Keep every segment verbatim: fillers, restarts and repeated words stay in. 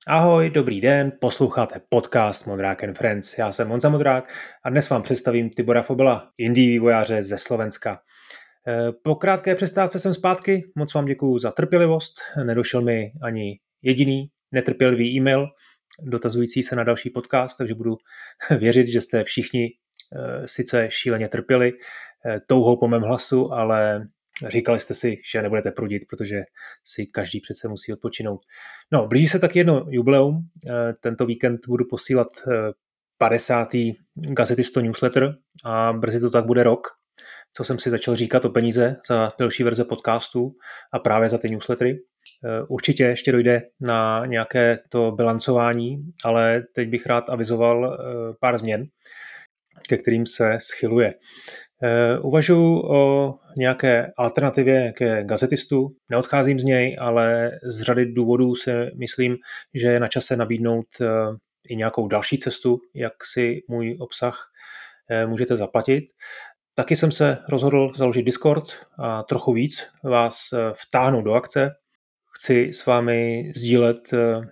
Ahoj, dobrý den, posloucháte podcast Modrák and Friends. Já jsem Honza Modrák a dnes vám představím Tibora Fobela, indie vývojáře ze Slovenska. Po krátké přestávce jsem zpátky, moc vám děkuju za trpělivost, nedošel mi ani jediný netrpělivý e-mail dotazující se na další podcast, takže budu věřit, že jste všichni sice šíleně trpěli touhou po mém hlasu, ale říkali jste si, že nebudete prudit, protože si každý přece musí odpočinout. No, blíží se taky jedno jubileum. Tento víkend budu posílat padesátý Gazetisto newsletter a brzy to tak bude rok, co jsem si začal říkat o peníze za další verze podcastu a právě za ty newslettery. Určitě ještě dojde na nějaké to bilancování, ale teď bych rád avizoval pár změn, ke kterým se schyluje. Uvažuji o nějaké alternativě ke Gazetistu. Neodcházím z něj, ale z řady důvodů se myslím, že je na čase nabídnout i nějakou další cestu, jak si můj obsah můžete zaplatit. Taky jsem se rozhodl založit Discord a trochu víc vás vtáhnout do akce. Chci s vámi sdílet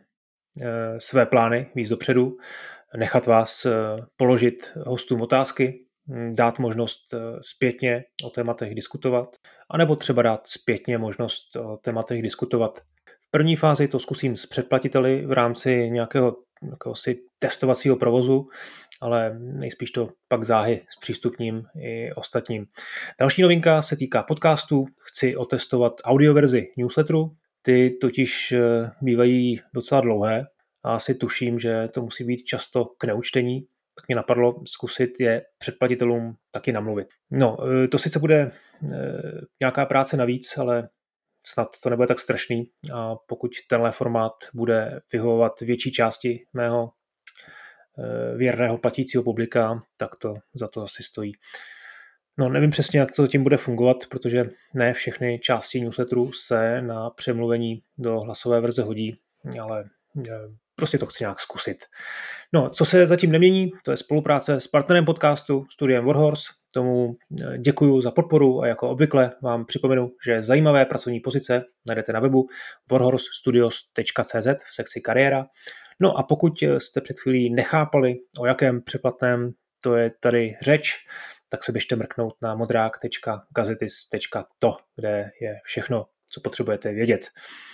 své plány víc dopředu, nechat vás položit hostům otázky, dát možnost zpětně o tématech diskutovat, anebo třeba dát zpětně možnost o tématech diskutovat. V první fázi to zkusím s předplatiteli v rámci nějakého si testovacího provozu, ale nejspíš to pak záhy zpřístupním i ostatním. Další novinka se týká podcastů. Chci otestovat audioverzi newsletteru. Ty totiž bývají docela dlouhé a asi tuším, že to musí být často k neučtení. Tak mě napadlo zkusit je předplatitelům taky namluvit. No, to sice bude nějaká práce navíc, ale snad to nebude tak strašný a pokud tenhle formát bude vyhovovat větší části mého věrného platícího publika, tak to za to asi stojí. No, nevím přesně, jak to tím bude fungovat, protože ne všechny části newsletteru se na přemluvení do hlasové verze hodí, ale prostě to chci nějak zkusit. No, co se zatím nemění, to je spolupráce s partnerem podcastu, studiem Warhorse. Tomu děkuju za podporu a jako obvykle vám připomenu, že zajímavé pracovní pozice najdete na webu warhorse studios tečka cé zet v sekci kariéra. No a pokud jste před chvílí nechápali, o jakém přeplatném to je tady řeč, tak se běžte mrknout na modrák tečka gazetis tečka to, kde je všechno, co potřebujete vědět.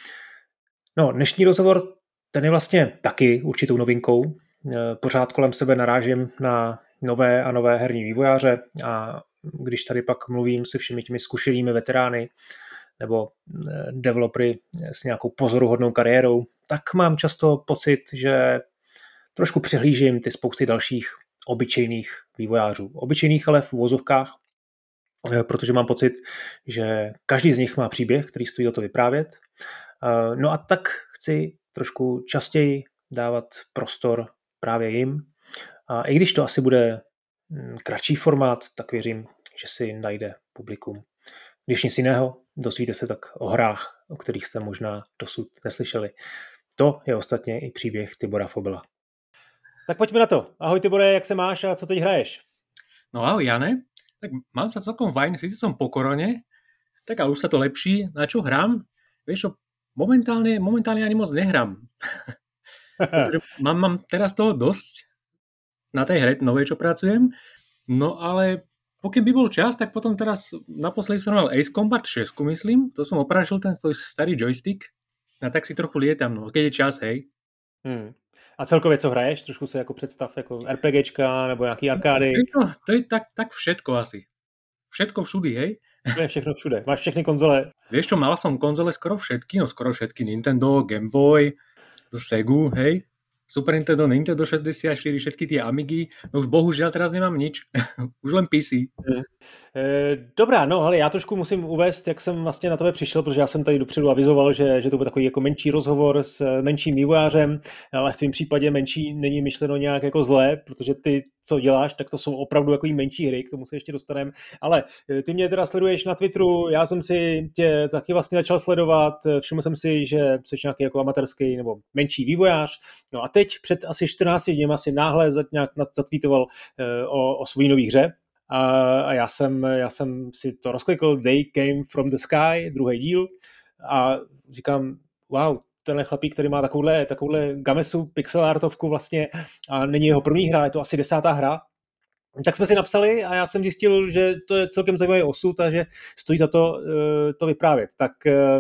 No, dnešní rozhovor, ten je vlastně taky určitou novinkou. Pořád kolem sebe narážím na nové a nové herní vývojáře a když tady pak mluvím se všemi těmi zkušenými veterány nebo developery s nějakou pozoruhodnou kariérou, tak mám často pocit, že trošku přehlížím ty spousty dalších obyčejných vývojářů. Obyčejných, ale v uvozovkách, protože mám pocit, že každý z nich má příběh, který stojí o to vyprávět. No a tak chci trošku častěji dávat prostor právě jim. A i když to asi bude kratší formát, tak věřím, že si najde publikum. Když nic jiného, dozvíte se tak o hrách, o kterých jste možná dosud neslyšeli. To je ostatně i příběh Tibora Fobela. Tak pojďme na to. Ahoj Tibore, jak se máš a co teď hraješ? No ahoj Jane, tak mám sa celkom fajn, síce som po korone, tak ale už sa to lepší. Na čo hrám? Vieš čo, momentálne, momentálne ani moc nehrám. mám, mám teraz toho dosť na tej hre novej, čo pracujem. No ale pokým by bol čas, tak potom teraz naposledy som hral Ace Combat šesť, myslím. To som opražil ten starý joystick. A tak si trochu lietam, no, keď je čas, hej. Hmm. A celkově co hraješ? Trošku se jako představ, jako RPGčka nebo nějaký arkády? No, to je tak, tak všetko asi. Všetko všudy, hej? To je všechno všude. Máš všechny konzole? Vieš čo, mal som konzole skoro všetky, no skoro všetky. Nintendo, Game Boy, to Segu, hej? Super Nintendo, Nintendo šesťdesiatštyri, všetky tie Amigy. No už bohužiaľ teraz nemám nič. Už len P C. Hmm. Dobrá, no hele, já trošku musím uvést, jak jsem vlastně na tebe přišel, protože já jsem tady dopředu avizoval, že, že to bude takový jako menší rozhovor s menším vývojářem, ale v tvém případě menší není myšleno nějak jako zlé, protože ty, co děláš, tak to jsou opravdu jako menší hry, k tomu se ještě dostaneme, ale ty mě teda sleduješ na Twitteru, já jsem si tě taky vlastně začal sledovat, všiml jsem si, že jsi nějaký jako amatérský nebo menší vývojář, no a teď před asi čtrnácti dněma si náhle nějak zatweetoval o, o svůj nový hře. A já jsem, já jsem si to rozklikl, They Came from the Sky, druhý díl, a říkám, wow, tenhle chlapík, který má takovouhle, takovouhle gamesu pixel artovku vlastně a není jeho první hra, je to asi desátá hra. Tak jsme si napsali a já jsem zjistil, že to je celkem zajímavý osud a že stojí za to to vyprávět. Tak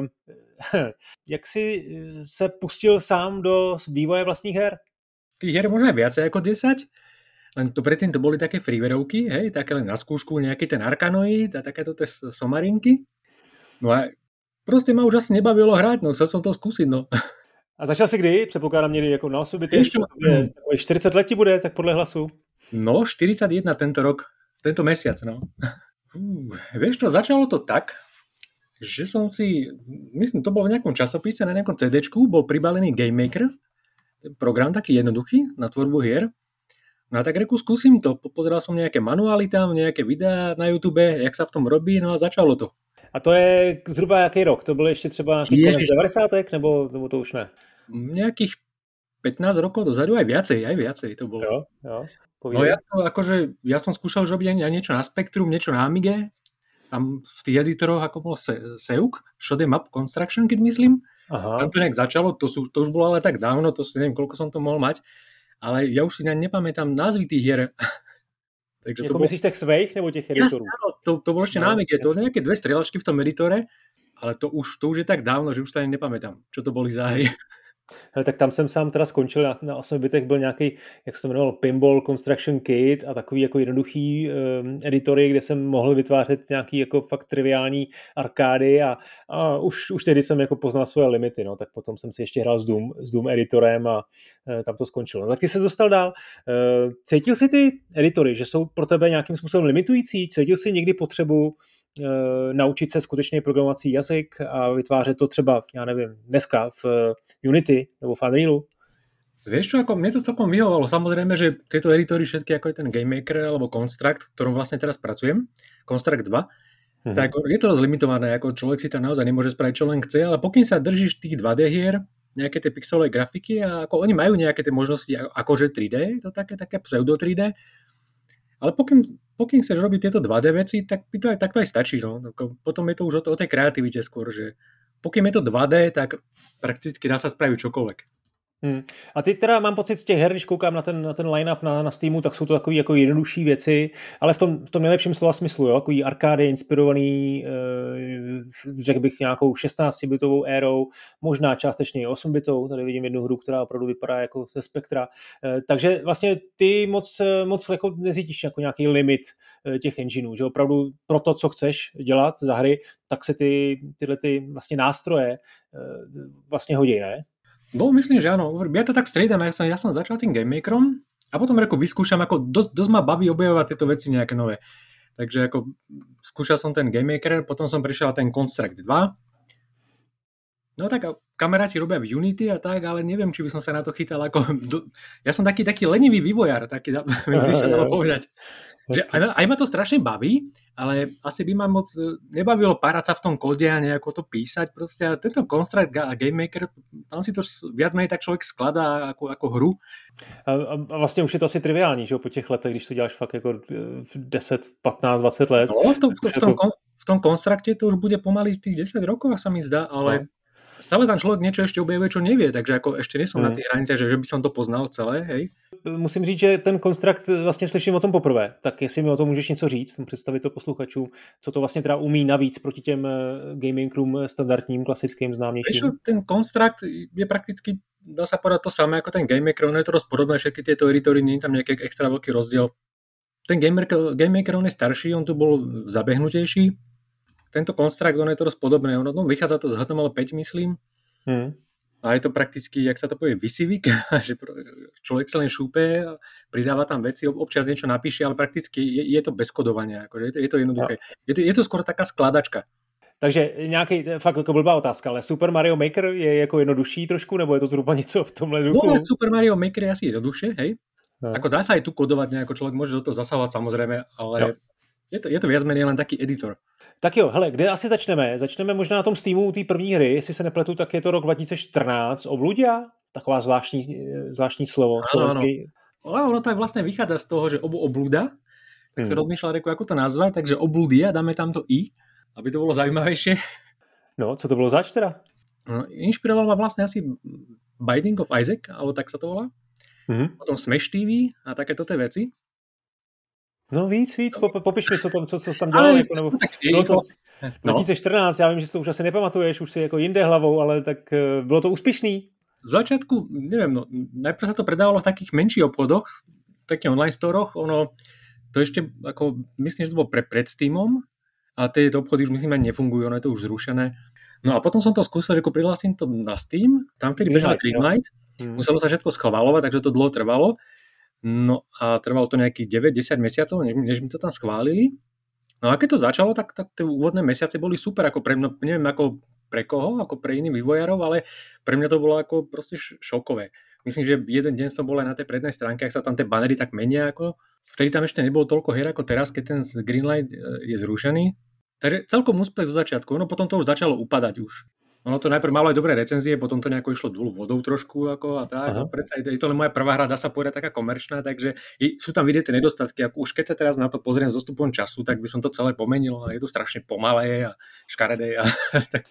jak jsi se pustil sám do vývoje vlastních her? Tých her možno aj viacej ako desať, len to predtým to boli také freewareovky, hej, také len na skúšku nejaký ten Arkanoid a takéto tie somarinky. No a proste ma už asi nebavilo hrať, no chcel som to skúsiť, no. A začal si kdy? Předpokládám někdy jako na osoby, ty štyridsať let ti bude, tak podle hlasu. No, štyridsaťjeden tento rok, tento mesiac, no. Fú, vieš čo, začalo to tak, že som si, myslím, to bolo v nejakom časopise, na nejakom cé déčku, bol pribalený Game Maker, ten program taký jednoduchý na tvorbu hier. No a tak reku, skúsim to. Pozeral som nejaké manuály tam, nejaké videá na YouTube, jak sa v tom robí, no a začalo to. A to je zhruba jaký rok? To bylo ještě třeba nějaký konec deväťdesiatek, nebo, nebo to už ne? Nejakých pätnásť rokov dozadu, aj viacej, aj viacej to bolo. Jo, jo. No ja to akože, ja som skúšal už robiť aj niečo na Spectrum, niečo na Amige, tam v tých editoroch ako bol Seuk, Show Them Up Construction, keď myslím. Aha. Tam to nejak začalo, to, sú, to už bolo ale tak dávno, to si neviem, koľko som to mohol mať, ale ja už si nepamätám názvy tých hier. Takže to bol... myslíš těch svých nebo těch editorů? Jasne, to, to bolo ešte no, na Amige, to nejaké dve strieľačky v tom editore, ale to už, to už je tak dávno, že už to ani nepamätám, čo to boli za hry. Hele, tak tam jsem sám teda skončil, na, na osmi bitech byl nějaký, jak se to jmenovalo, Pinball Construction Kit a takový jako jednoduchý um, editory, kde jsem mohl vytvářet nějaký jako fakt triviální arkády a, a už, už tehdy jsem jako poznal svoje limity, no, tak potom jsem si ještě hrál s Doom, s Doom editorem a uh, tam to skončilo. No, tak ty se dostal dál. Uh, cítil jsi ty editory, že jsou pro tebe nějakým způsobem limitující? Cítil jsi někdy potřebu naučit se skutečně programovací jazyk a vytvářet to třeba, já nevím, dneska v Unity nebo v Unrealu? Vieš čo, ako mne to celkom vyhovalo. Samozrejme, že tieto editory všetky, ako je ten Game Maker alebo Construct, v ktorom vlastne teraz pracujem, Construct dva, mm-hmm. tak je to dosť limitované, ako človek si tam naozaj nemôže spraviť, čo len chce, ale pokým sa držíš tých dva dé hier, nejaké tie pixelové grafiky a ako oni majú nejaké tie možnosti akože tri dé, to také, také pseudo tri dé, ale pokým, pokým chceš robiť tieto dva dé veci, tak by to aj takto aj stačí. No. Potom je to už o, to, o tej kreativite skôr, že pokým je to dva dé, tak prakticky dá sa spraviť čokoľvek. Hmm. A ty teda mám pocit z těch her, když koukám na ten, na ten line-up na, na Steamu, tak jsou to takové jako jednodušší věci, ale v tom, v tom nejlepším slova smyslu, jo? Takový arkády inspirovaný, e, řekl bych nějakou šestnáctibitovou érou, možná částečně i osmbitou, tady vidím jednu hru, která opravdu vypadá jako ze Spektra, e, takže vlastně ty moc, moc jako nezítíš jako nějaký limit e, těch engineů, že opravdu pro to, co chceš dělat za hry, tak se ty, tyhle ty vlastně nástroje e, vlastně hodí, ne? No, myslím, že áno. Ja to tak striedam, ja som, ja som začal tým Game Makerom a potom ako vyskúšam, ako dosť, dosť ma baví objavovať tieto veci nejaké nové. Takže ako skúšal som ten Game Maker, potom som prišiel ten Construct dva. No tak kamaráti robia v Unity a tak, ale neviem, či by som sa na to chytal ako... Ja som taký, taký lenivý vývojár, taký, by sa dalo povedať. Že aj, aj ma to strašne baví, ale asi by ma moc nebavilo párať sa v tom kóde a nejako to písať proste. A tento Construct a Game Maker, tam si to viac menej tak človek skladá ako, ako hru. A, a vlastně už je to asi triviální, že jo, po těch letech, když to děláš fakt jako desať, pätnásť, dvadsať let. No, v, to, v, to, v, tom, v tom Constructe to už bude pomaly tých desať rokov, sa mi zdá, ale... No. Stále tam človek niečo ešte objevuje, čo nevie, takže ako ešte nie som hmm. na tých hraniciach, že, že by som to poznal celé, hej. Musím říct, že ten Construct vlastně slyším o tom poprvé, tak jestli mi o tom můžeš něco říct, představit to posluchačům, co to vlastně teda umí navíc proti těm gaming room standardním, klasickým, známějším. Víš, ten Construct je prakticky, dá sa povedať to samé ako ten Game Maker, ono je to rozpodobné, všetky tieto editory, nie je tam nejaký extra veľký rozdiel. Ten Game Maker, Game Maker, on je starší, on tu bol zabehnutejší. Tento Construct, on je to dosť podobné. Ono, no, vychádza to z há té em el päť, myslím. Hmm. A je to prakticky, jak sa to povie, vysivik, že človek sa len šúpe, pridáva tam veci, občas niečo napíše, ale prakticky je, je to bez kodovania. Akože je, to, je to jednoduché. No. Je, to, je to skoro taká skladačka. Takže nějaký, fakt jako blbá otázka, ale Super Mario Maker je jako jednodušší trošku, nebo je to zhruba něco v tomhle duchu? No, Super Mario Maker je asi jednoduchšie, hej. No. Ako dá sa aj tu kodovať nejako, človek môže do toho zasahovať samozrejme, ale no. je, to, je to viac menej len taký editor. Tak jo, hele, kde asi začneme? Začneme možná na tom Steamu té první hry, jestli se nepletu, tak je to rok dva tisíce čtrnáct, Obludia? Taková zvláštní, zvláštní slovo. Áno, áno. Ono to aj vlastne vychádza z toho, že obu obluda, tak hmm. sa rozmýšľal, reku, ako to nazvať, takže Obludia, dáme tam to i, aby to bolo zaujímavejšie. No, co to bylo zač teda? Inšpiroval ma vlastne asi Binding of Isaac, alebo tak sa to volá. Mm-hmm. Potom Smash té vé a takéto tie veci. No víc, víc, no. Popiš mi, co tam, co, co jsi tam dělal. Ale, jako, nebo, no, tak bylo to no. dva tisíce čtrnáct, já vím, že si to už asi nepamatuješ, už si jako jinde hlavou, ale tak uh, bylo to úspěšný. Z začiatku, neviem, no, najprv sa to predávalo v takých menších obchodoch, v takých online storoch, ono, to ešte, ako, myslím, že to bolo pre, pred Steamom, a tie obchody už myslím ani nefungujú, ono je to už zrušené. No a potom som to skúsil, že ako prihlásim to na Steam, tam vtedy bežala Greenlight, no. Muselo sa všetko schvaľovať, takže to dlho trvalo. No a trvalo to nejakých deväť desať mesiacov, než, než mi to tam schválili. No a keď to začalo, tak, tak tie úvodné mesiace boli super, ako pre mňa, neviem ako pre koho, ako pre iných vývojárov, ale pre mňa to bolo ako proste šokové. Myslím, že jeden deň som bol aj na tej prednej stránke, ak sa tam tie banery tak menia, ako vtedy tam ešte nebolo toľko hier ako teraz, keď ten Greenlight je zrušený. Takže celkom úspech zo začiatku, no potom to už začalo upadať už. Ono to najprv malo aj dobré recenzie, potom to nejako išlo dolu vodou trošku, ako a tak. A predsa je to len moja prvá hra, dá sa povedať taká komerčná, takže sú tam vidieť tie nedostatky. Ako už keď sa teraz na to pozriem s dostupom času, tak by som to celé pomenil, a je to strašne pomalé a škaredé. A tak.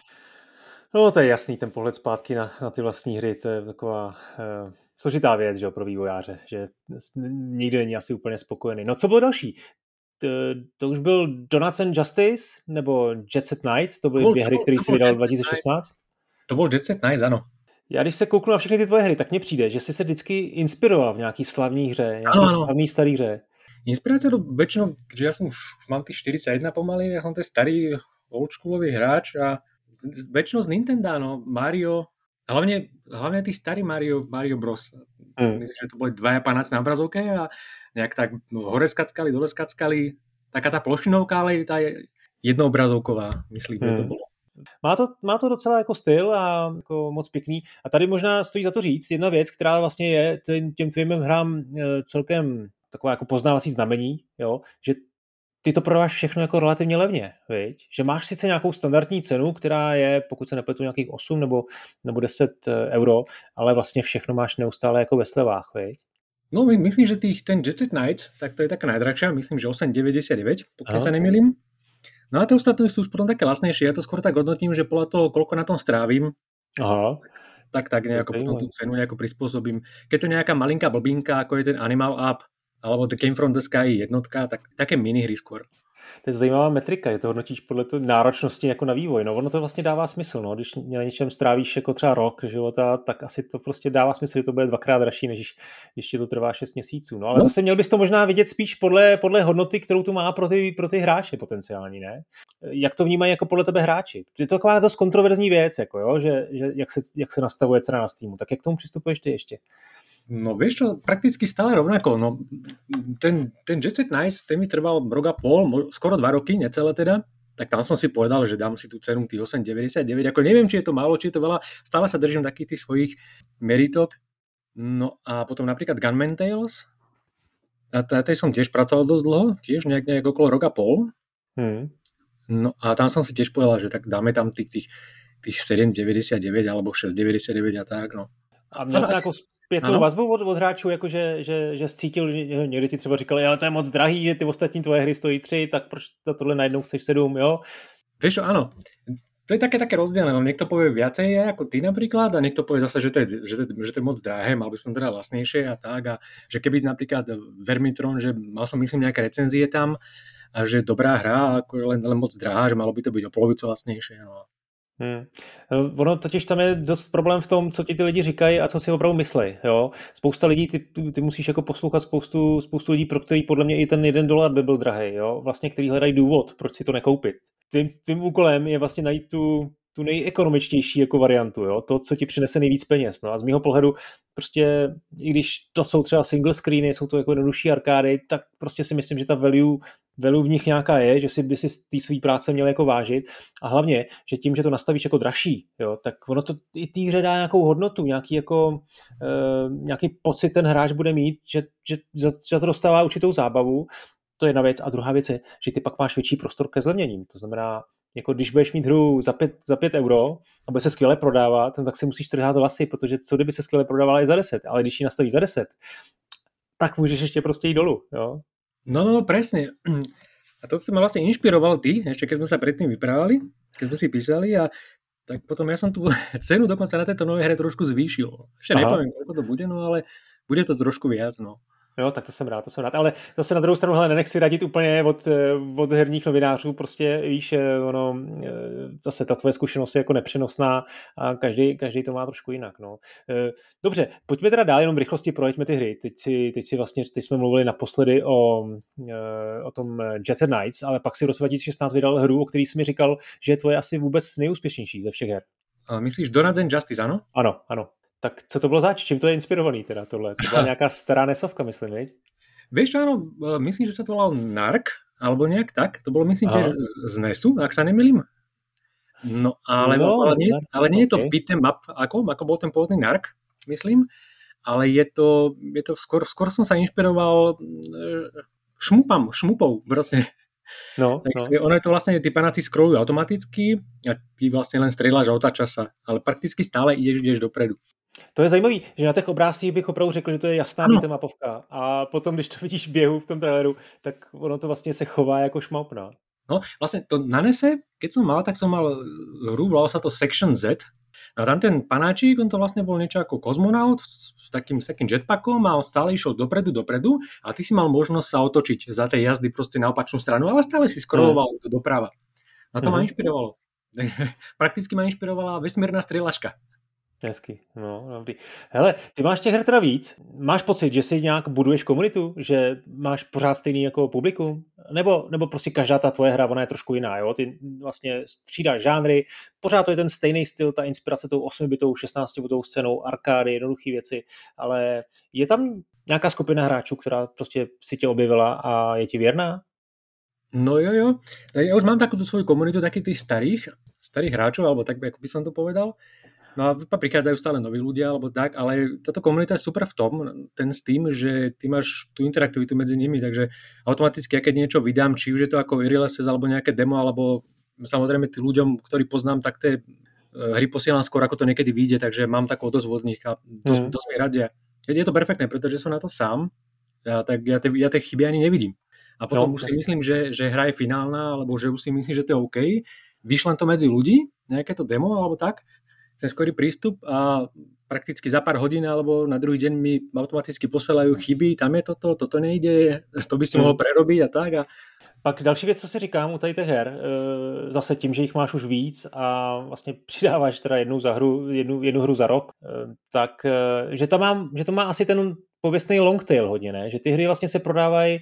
No to je jasný, ten pohled zpátky na, na ty vlastní hry, to je taková uh, složitá věc, že, pro vývojáře, že nikdy není asi úplně spokojený. No co bylo další? To, to už byl Donuts and Justice nebo Jet Set Knights, to byly to bol, dvě hry, které si vydal dva tisíce šestnáct? To byl Jet Set Knights, ano. Já když se kouknu na všechny ty tvoje hry, tak mně přijde, že jsi se vždycky inspiroval v nějaký slavný hře, nějaký ano, slavný starý hře. Inspirácia to väčšinou, že ja som už mám tých štyridsaťjeden pomaly, ja som ten starý oldschoolový hráč a väčšinou z Nintendo, no, Mario, hlavne, hlavne tí starí Mario, Mario Bros. Mm. Myslím, že to boli dvaja panáci na obrazovke a nejak tak no, hore skackali, dole skackali, taká tá plošinovka, ale tá je jednoobrazovková, myslím, mm. že to bolo. Má to, má to docela jako styl a jako moc pěkný. A tady možná stojí za to říct jedna věc, která vlastně je těm tvým hrám celkem taková jako poznávací znamení, jo, že ty to prodáváš všechno jako relativně levně, viď? Že máš sice nějakou standardní cenu, která je, pokud se nepletu, nějakých osm nebo, nebo deset euro, ale vlastně všechno máš neustále jako ve slevách, viď? No myslím, že tých, ten Jet Set Knights, tak to je taká najdrahšia, myslím, že osem deväťdesiatdeväť, pokiaľ sa nemýlim. No a tie ostatné sú už potom také lacnejšie, ja to skôr tak hodnotím, že podľa toho, koľko na tom strávim, Aha. tak tak nejako potom tú cenu nejako prispôsobím. Keď to nejaká malinká blbinka, ako je ten Animal Up, alebo The Game from the Sky jednotka, tak také minihry skôr. To je zajímavá metrika, že to hodnotíš podle to náročnosti jako na vývoj. No ono to vlastně dává smysl, no. Když na něčem strávíš jako třeba rok života, tak asi to prostě dává smysl, že to bude dvakrát dražší, než když ti to trvá šest měsíců. No ale no. Zase měl bys to možná vidět spíš podle, podle hodnoty, kterou tu má pro ty, pro ty hráče potenciální, ne? Jak to vnímají jako podle tebe hráči? Je to taková dost kontroverzní věc, jako jo, že, že jak, se, jak se nastavuje cena na Steamu. Tak jak k tomu přistupuješ ty ještě? No vieš čo, prakticky stále rovnako. No, ten, ten Jet Set Knights, ten mi trval rok a pol, skoro dva roky, necelé teda. Tak tam som si povedal, že dám si tú cenu tých osem deväťdesiatdeväť. Ako neviem, či je to málo, či je to veľa. Stále sa držím takých tých svojich meritok. No a potom napríklad Gunman Tales. Na tej som tiež pracoval dosť dlho, tiež nejak, nejak okolo rok a pol. Hmm. No a tam som si tiež povedal, že tak dáme tam tých, tých, tých sedem deväťdesiatdeväť alebo šesť deväťdesiatdeväť a tak, no. A měl jsi nějakou zpětnou vazbu od, od hráčů, jakože, že, že cítil, že někdy ti třeba říkali, ale to je moc drahý, že ty ostatní tvoje hry stojí tři, tak proč to tohle najednou chceš sedm, jo? Vieš čo, áno. To je také, také rozdielne, no niekto povie viacej ako ty napríklad a niekto povie zase, že to je, že to, že to je moc drahé, mal by som teda vlastnejšie a tak a že keby napríklad Vermitron, že mal som myslím nejaké recenzie tam a že dobrá hra, ako len, len moc drahá, že malo by to byť o polovicu vlastnejšie, no. Hmm. Ono totiž tam je dost problém v tom, co ti ty lidi říkají a co si opravdu myslej. Jo? Spousta lidí, ty, ty musíš jako poslouchat spoustu, spoustu lidí, pro který podle mě i ten jeden dolar by byl drahý, jo? Vlastně který hledají důvod, proč si to nekoupit. Tvým, tvým úkolem je vlastně najít tu, tu nejekonomičtější jako variantu, jo? To, co ti přinese nejvíc peněz. No a z mýho pohledu prostě, i když to jsou třeba single screeny, jsou to jako jednodušší arkády, tak prostě si myslím, že ta value value v nich nějaká je, že si by si té své práce měl jako vážit a hlavně, že tím, že to nastavíš jako dražší, jo, tak ono to i té hře dá nějakou hodnotu, nějaký jako uh, nějaký pocit ten hráč bude mít, že, že za, za to dostává určitou zábavu, to je jedna věc a druhá věc je, že ty pak máš větší prostor ke zlevněním, to znamená, jako když budeš mít hru za pět, za pět euro a bude se skvěle prodávat, tak si musíš trhat vlasy, protože co kdyby se skvěle prodávala i za deset, ale když ji nastavíš za deset, tak můžeš ještě prostě jít dolů, jo. No, no, no, presne. A to si ma vlastne inšpiroval ty, ešte keď sme sa predtým vyprávali, keď sme si písali a tak potom ja som tu cenu dokonca na tejto novej hre trošku zvýšil. Ešte nepoviem, koľko to bude, no ale bude to trošku viac, no. Jo, tak to jsem rád, to jsem rád. Ale zase na druhou stranu, hele, nenechci radit úplně od, od herních novinářů, prostě víš, ono, zase ta tvoje zkušenost je jako nepřenosná a každý, každý to má trošku jinak, no. Dobře, pojďme teda dál, jenom v rychlosti projeďme ty hry. Teď si, teď si vlastně, teď jsme mluvili naposledy o, o tom Jet Set Knights, ale pak si v roce dva tisíce šestnáct vydal hru, o který jsi mi říkal, že je tvoje asi vůbec nejúspěšnější ze všech her. A myslíš Donuts and Justice, ano? Ano, ano. Tak co to bylo zač? Čím to je inspirovaný teda tohle? To byla nějaká stará nesovka, myslím, viď? Vieš čo, áno, myslím, že sa to volal Narc, alebo nejak tak. To bolo, myslím, že z, z Nesu, ak sa nemýlim. No, ale, no, ale, nie, ale nie je to okay. Beat 'em up, ako, ako bol ten pôvodný Narc, myslím. Ale je to, je to skôr, skôr som sa inšpiroval šmupam, šmupou, proste. No, Takže no. ono je to vlastne, tí panáci scrollujú automaticky a ty vlastne len strieľaš a otáčaš sa, ale prakticky stále ideš, ideš dopredu. To je zajímavý, že na těch obrázcích bych opravdu řekl, že to je jasná beat 'em upovka. A potom, když to vidíš v běhu v tom traileru, tak ono to vlastně se chová jako šmaup, no. No, vlastne to na Nese, keď som mal, tak som mal hru, volalo sa to Section Z. No a tam ten panáčik, on to vlastne bol niečo ako kozmonaut s takým, s takým jetpackom a on stále išiel dopredu, dopredu a ty si mal možnosť sa otočiť za tej jazdy proste na opačnú stranu, ale stále si scrolloval mm. doprava. A to mm-hmm. ma inšpirovalo. Prakticky ma inšpirovala vesmírna strieľačka. Hezky, no, dobrý. Hele, ty máš těch her teda víc. Máš pocit, že si nějak buduješ komunitu? Že máš pořád stejný jako publikum? Nebo, nebo prostě každá ta tvoje hra, ona je trošku jiná, jo? Ty vlastně střídáš žánry, pořád to je ten stejný styl, ta inspirace tou osmibitou, šestnáctibitou scénou, arkády, jednoduché věci, ale je tam nějaká skupina hráčů, která prostě si tě objevila a je ti věrná? No jo, jo. Ja už mám takúto svoju komunitu takých tých starých, starých hráčov, alebo tak, ako by som to povedal. No a prichádzajú stále noví ľudia, alebo tak, ale táto komunita je super v tom, ten s tým, že ty máš tú interaktivitu medzi nimi, takže automaticky, keď niečo vydám, či už je to ako Early Access, alebo nejaké demo, alebo samozrejme tým ľuďom, ktorí poznám, tak tie hry posielam skôr, ako to niekedy vyjde, takže mám takú odozvu od nich a dosť, mm. dosť mi radia. Je to perfektné, pretože som na to sám, ja, tak ja tie, ja tie chyby ani nevidím. A potom no, už si myslím, že, že hra je finálna, alebo že už si myslím, že to je OK. Vyšlem to medzi ľudí, nejaké to demo, alebo tak, ten skorý prístup a prakticky za pár hodín alebo na druhý deň mi automaticky posielajú chyby, tam je toto, toto nejde, to by si mohl prerobiť a tak. A... Pak další věc, co si říkám u tady těch her, zase tím, že jich máš už víc a vlastně přidáváš teda jednu, za hru, jednu, jednu hru za rok, tak že to, mám, že to má asi ten pověstný long tail hodně, ne? Že ty hry vlastně se prodávají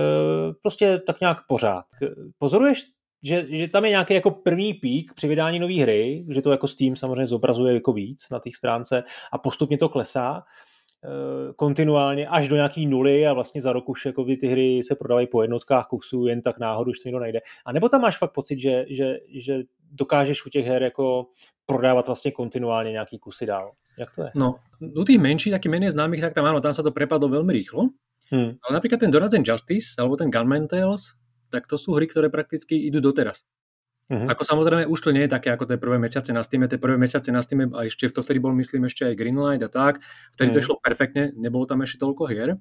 prostě tak nějak pořád. Pozoruješ Že, že tam je nějaký jako první pík při vydání nové hry, že to jako Steam samozřejmě zobrazuje jako víc na té stránce a postupně to klesá e, kontinuálně až do nějaký nuly a vlastně za rok už jako ty hry se prodávají po jednotkách kusů jen tak náhodou, už to někdo najde. A nebo tam máš fakt pocit, že, že, že dokážeš u těch her jako prodávat vlastně kontinuálně nějaký kusy dál? Jak to je? No, u tých menších, takých menej známych, tak tam áno, tam sa to prepadlo veľmi rýchlo. Hmm. Ale napríklad ten Donuts and Justice alebo ten Gunman Tales, tak to sú hry, ktoré prakticky idú doteraz. Uh-huh. Ako samozrejme, už to nie je také ako tie prvé mesiace na Steam, tie prvé mesiace na Steam a ešte v to vtedy bol, myslím, ešte aj Greenlight a tak, vtedy uh-huh. to išlo perfektne, nebolo tam ešte toľko hier.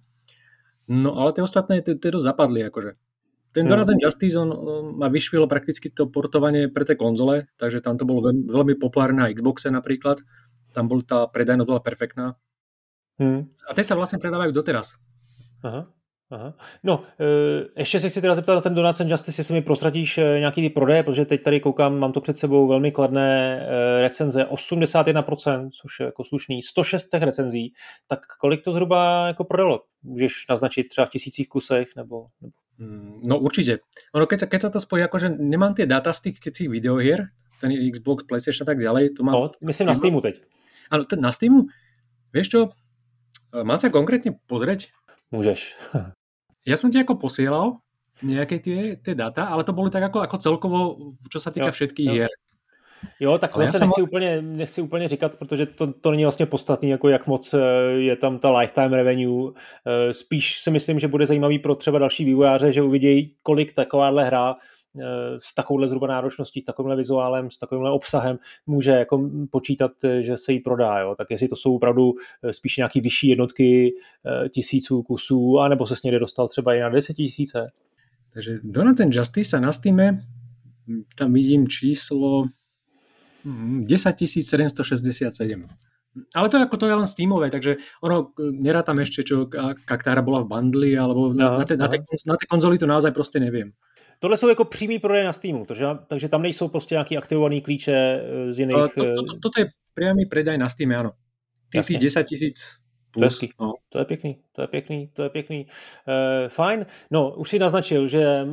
No ale tie ostatné, tie to zapadli akože. Ten uh-huh. Donuts and Justice, on, on ma vyšvilo prakticky to portovanie pre tie konzole, takže tam to bolo veľmi, veľmi populárne na Xboxe napríklad, tam bol tá predajnosť bola perfektná. Uh-huh. A tie sa vlastne predávajú doteraz. Aha. Aha. No, ještě se chci teda zeptat na ten Donuts and Justice, jestli mi prosradíš nějaký ty prodeje, protože teď tady koukám, mám to před sebou velmi kladné recenze, osmdesát jedna procent, což je jako slušný, sto šest recenzí, tak kolik to zhruba jako prodalo? Můžeš naznačit třeba v tisících kusech, nebo... nebo... No určitě. Ono, keď sa, keď sa to spojí, akože nemám tie data z tých, tých videohier, ten Xbox, PlayStation a tak ďalej. To mám... No, myslím na Steamu teď. Áno, na Steamu? Vieš čo, mám sa konkrétne pozrieť? Môžeš. Ja som ti ako posielal nejaké tie, tie data, ale to boli tak ako, ako celkovo, čo sa týka jo, všetkých jo. hier. Jo, tak to zase nechci, mo- úplně, nechci úplně říkat, protože to, to není vlastně podstatný, jako jak moc je tam ta lifetime revenue. Spíš si myslím, že bude zajímavý pro třeba další vývojáře, že uvidějí, kolik takováhle hra s takovouhle zhruba náročností, s takovýmhle vizuálem, s takovýmhle obsahem může jako počítat, že se jí prodá. Jo? Tak jestli to jsou opravdu spíš nějaký vyšší jednotky tisíců kusů, anebo se s někde dostal třeba i na desetitisíce. Takže Donuts and Justice a na Steame tam vidím číslo desať tisíc sedemstošesťdesiatsedem. Ale to, ako to je len Steamové, takže ono, nerá tam ešte, čo, ak tá hra bola v bundli, alebo aha, na, te, na, te, na té konzoli to naozaj prostě nevím. Tohle jsou jako přímý prodeje na Steamu, takže, takže tam nejsou prostě nějaký aktivovaný klíče z jiných... To, to, to, toto je priamy predaj na Steam, áno. Ty si desať tisíc plus. To, no. To je pěkný, to je pěkný, to je pěkný. Uh, fajn, no už si naznačil, že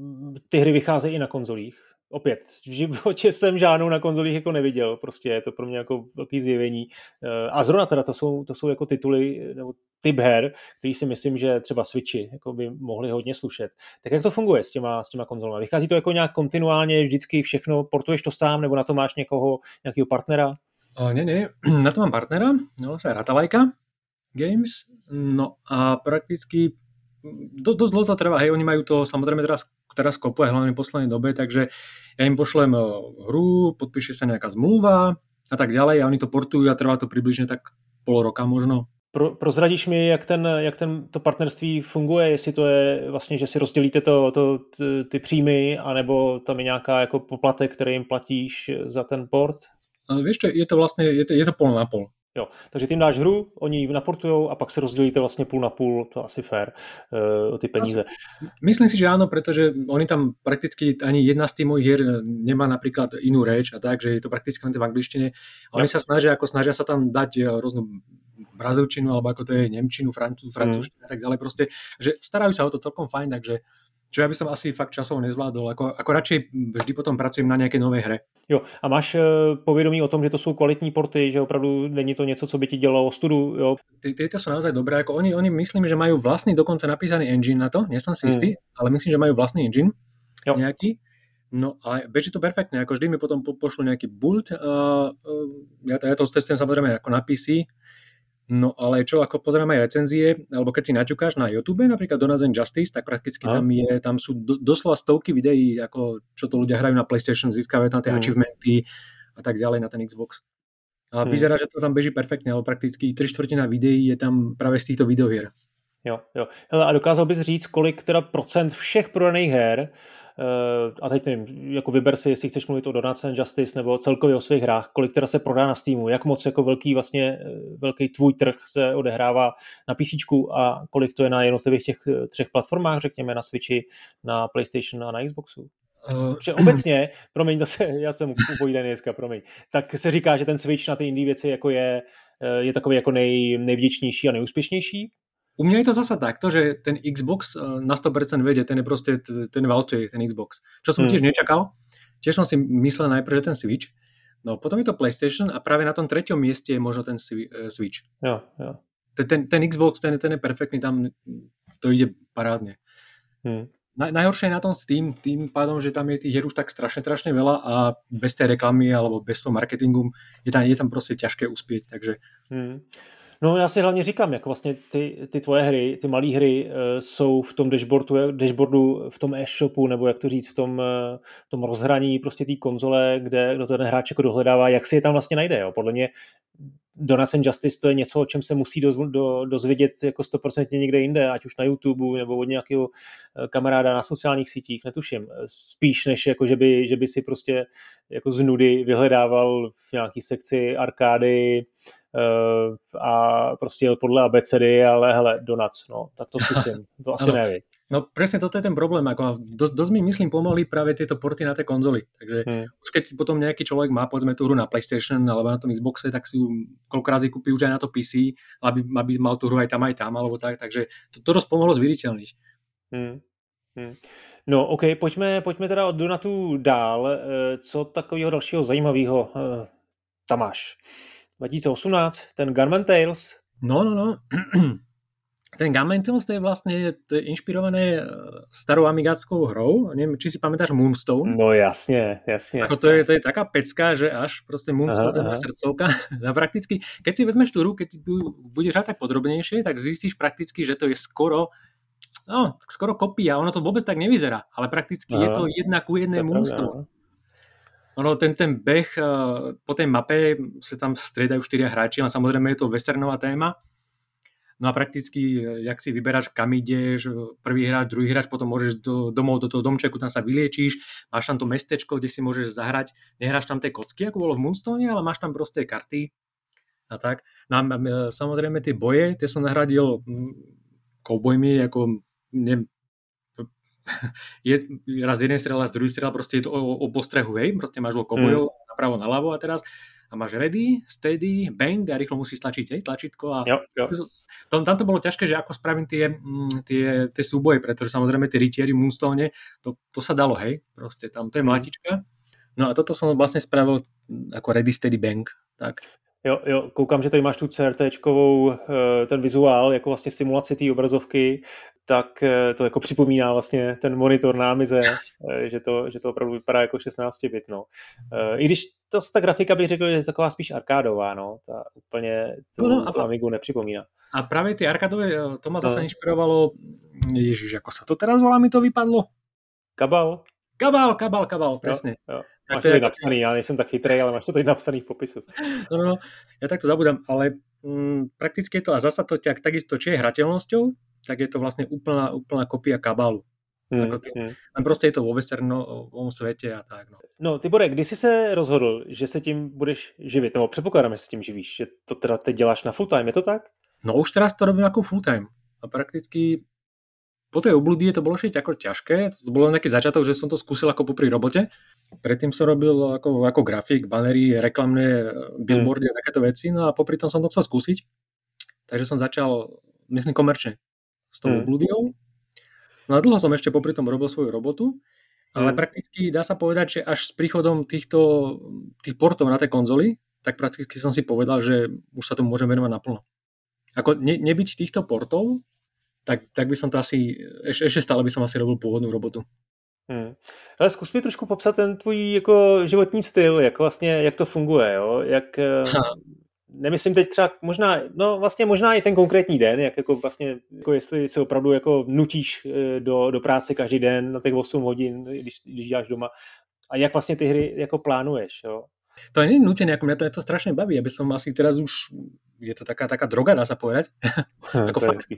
ty hry vycházejí i na konzolích. Opět, v životě jsem žádnou na konzolích jako neviděl, prostě je to pro mě jako velký zjevení. A zrovna teda to jsou, to jsou jako tituly nebo typ her, který si myslím, že třeba Switchi jako by mohli hodně slušet. Tak jak to funguje s těma, s těma konzolami? Vychází to jako nějak kontinuálně, vždycky všechno, portuješ to sám, nebo na to máš někoho, nějakého partnera? O, nie, nie, na to mám partnera, no sa Ratalajka Games, no a prakticky dosť, dosť dlho to trvá, hej, oni majú to samozrejme teraz, teraz kopuje, hlavne v poslednej dobe, takže ja im pošlem hru, podpíše sa nejaká zmluva a tak ďalej a oni to portujú a trvá to približne tak pol roka možno. Pro, prozradíš mi, jak, ten, jak ten, to partnerství funguje, jestli to je vlastně, že si rozdělíte to, to, ty příjmy, anebo tam je nějaká jako poplatek, který jim platíš za ten port? Vieš čo, je to vlastne, je to, je to pol na pol. Jo, takže ty dáš hru, oni ji naportujou a pak se rozdělíte vlastně půl na půl, to asi fér, o ty peníze. Myslím si, že áno, pretože oni tam prakticky ani jedna z tých mojich hier nemá napríklad inú reč a tak, že je to prakticky len v angličtine. A oni ja. sa snažia, ako snažia sa tam dať rôznu brazilčinu, alebo ako to je nemčinu, francúz, francúzštinu mm. a tak ďalej proste, že starajú sa o to celkom fajn, takže čo ja by som asi fakt časovo nezvládol, ako, ako radšej vždy potom pracujem na nějaké nové hře. Jo, a máš uh, povědomí o tom, že to jsou kvalitní porty, že opravdu není to něco, co by ti dělalo studu, jo? Ty, tyto sú naozaj dobré, ako oni, oni myslím, že majú vlastný dokonca napísaný engine na to, nie som si istý, mm. ale myslím, že majú vlastný engine jo. nejaký. No ale beží to perfektne, ako vždy mi potom po, pošlu nejaký build, uh, uh, ja, ja to testujem samozrejme ako na pé cé. No ale čo, ako pozrieme aj recenzie, alebo keď si naťukáš na YouTube, napríklad Donuts and Justice, tak prakticky Aha. tam, je, tam sú do, doslova stovky videí, ako čo to ľudia hrajú na PlayStation, získajú tam tie mm. achievementy a tak ďalej na ten Xbox. A mm. vyzerá, že to tam beží perfektne, ale prakticky tri štvrtina videí je tam práve z týchto videohier. Jo, jo. Hele, a dokázal bys říct, kolik teda procent všech prodaných her, uh, a teď nevím, jako vyber si, jestli chceš mluvit o Donuts and Justice nebo celkově o svých hrách, kolik teda se prodá na Steamu, jak moc jako velký vlastně, velký tvůj trh se odehrává na PCčku a kolik to je na jednotlivých těch třech platformách, řekněme na Switchi, na PlayStation a na Xboxu? Protože obecně, promiň, zase, já jsem upojídaný dneska, promiň, tak se říká, že ten Switch na ty indie věci jako je, je takový jako nej, nejvděčnější a nejúspěšnější. U mňa je to zasa takto, že ten Xbox na sto percent vedie, ten je proste, ten valcuje, ten Xbox. Čo som hmm. tiež nečakal. Tiež som si myslel najprv, že ten Switch. No potom je to PlayStation a práve na tom treťom mieste je možno ten Switch. Jo, jo. Ten, ten Xbox, ten, ten je perfektný, tam to ide parádne. Hmm. Na, najhoršie je na tom Steam, tým pádom, že tam je tých hier už tak strašne, strašne veľa a bez tej reklamy alebo bez toho marketingu je tam, je tam proste ťažké uspieť, takže... Hmm. No já si hlavně říkám, jak vlastně ty, ty tvoje hry, ty malé hry uh, jsou v tom dashboardu, dashboardu, v tom e-shopu, nebo jak to říct, v tom, uh, v tom rozhraní prostě té konzole, kde kdo ten hráč jako dohledává, jak si je tam vlastně najde. Jo? Podle mě Donuts and Justice to je něco, o čem se musí doz, do, dozvědět jako sto procent někde jinde, ať už na YouTube nebo od nějakého kamaráda na sociálních sítích, netuším. Spíš než jako, že by, že by si prostě jako z nudy vyhledával v nějaký sekci arkády uh, a prostě jel podle abecedy, ale hele, Donuts, no, tak to zkusím. To asi neví. No presne toto je ten problém, ako dosť, dosť mi myslím pomohli práve tieto porty na tej konzoli, takže hmm. už keď potom nejaký človek má povedzme tú hru na PlayStation alebo na tom Xboxe, tak si ju koľko razy kúpi už aj na to pé cé, aby, aby mal tú hru aj tam aj tam alebo tak, takže to, to dosť pomohlo zviditeľniť. Hmm. Hmm. No ok, pojďme, pojďme teda od Donutů dál, co takového dalšího zajímavého tam máš? dva tisíce osmnáct, ten Gunman Tales? No, no, no. Ten Gunman Tales to je vlastne to je inšpirované starou amigáckou hrou. Neviem, či si pamätáš Moonstone? No jasne, jasne. Ako to, je, to je taká pecka, že až proste Moonstone, aha, to je srdcovka. A prakticky, keď si vezmeš tú hru, keď budeš hrať tak podrobnejšie, tak zistíš prakticky, že to je skoro no, skoro kopia. Ono to vôbec tak nevyzerá, ale prakticky aha, je to jedna ku jednej Moonstone. Ono, ten, ten beh po tej mape sa tam striedajú štyria hráči, ale samozrejme je to westernová téma. No a prakticky, jak si vyberáš, kam ideš, prvý hráč, druhý hráč, potom môžeš do, domov do toho domčeku, tam sa vyliečíš, máš tam to mestečko, kde si môžeš zahrať, nehráš tam tie kocky, ako bolo v Moonstone, ale máš tam proste karty a tak. No a samozrejme tie boje, tie som nahradil koubojmi, ako ne, je, raz jeden strel, raz druhý strel, proste je to o, o postrehu, hej, proste máš vo koubojov mm. napravo, naľavo a teraz a máš ready, steady, bang a rýchlo musíš tlačiť, hej, tlačítko a jo, jo. Tam, tam to bolo ťažké, že ako spravím tie, tie, tie súboje, pretože samozrejme tie rytieri v Moonstone, to, to sa dalo, hej, proste tam to je mlátička. No a toto som vlastne spravil ako ready, steady, bang, tak. Jo, jo, koukám, že tady máš tu CRTčkovou, ten vizuál, jako vlastně simulaci té obrazovky, tak to jako připomíná vlastně ten monitor námize, že to, že to opravdu vypadá jako šestnáct bit, no. I když to, ta grafika bych řekl, že je taková spíš arkádová, no, ta úplně tu, no, no, tu Amigu nepřipomíná. A právě ty arkádové, to ma zase no. inšpirovalo, ježiš, ako sa to teraz volá, mi to vypadlo? Kabal? Kabal, kabal, kabal, presne. Jo, jo. Máš to tady napsaný, já nejsem tak chytrý, ale máš to tady napsaný v popisu. No, no, ja takto zabudám, ale mm, prakticky je to, a zasa to ťa takisto, či je hrateľnosťou, tak je to vlastne úplná, úplná kopia Kabalu. Hmm, ako hmm. Len proste je to vo westernovom svete a tak. No, no Tibore, kdy jsi se rozhodl, že se tím budeš živit? Nebo předpokládám, že se tím živíš, že to teda teď děláš na full time, je to tak? No už teraz to robím ako full time. A prakticky po tej obludie to bolo ešte ako ťažké. To bolo nejaký začiatok, že som to skúsil ako popri robote. Predtým som robil ako, ako grafik, banery, reklamné billboardy hmm. a takéto veci. No a popri tom som to chcel skúsiť. Takže som začal, myslím, komerčne s tou hmm. obludiou. No a dlho som ešte popri tom robil svoju robotu. Ale hmm. prakticky dá sa povedať, že až s príchodom týchto tých portov na tej konzoli, tak prakticky som si povedal, že už sa tomu môžem venovať naplno. Ako ne, nebyť týchto portov, tak, tak by som to asi, ešte, ešte stále by som asi robil pôvodnú robotu. Hmm. Ale zkus mi trošku popsat ten tvůj jako životní styl, jak vlastně, jak to funguje, jo? Jak, ha. Nemyslím teď třeba možná, no vlastně možná i ten konkrétní den, jak jako vlastně, jako jestli se opravdu jako nutíš do, do práce každý den na těch osm hodin, když, když děláš doma, a jak vlastně ty hry jako plánuješ, jo? To nie je nutené, ako mňa to, to strašne baví, aby som asi teraz už, je to taká, taká droga, dá sa povedať, ako fakt.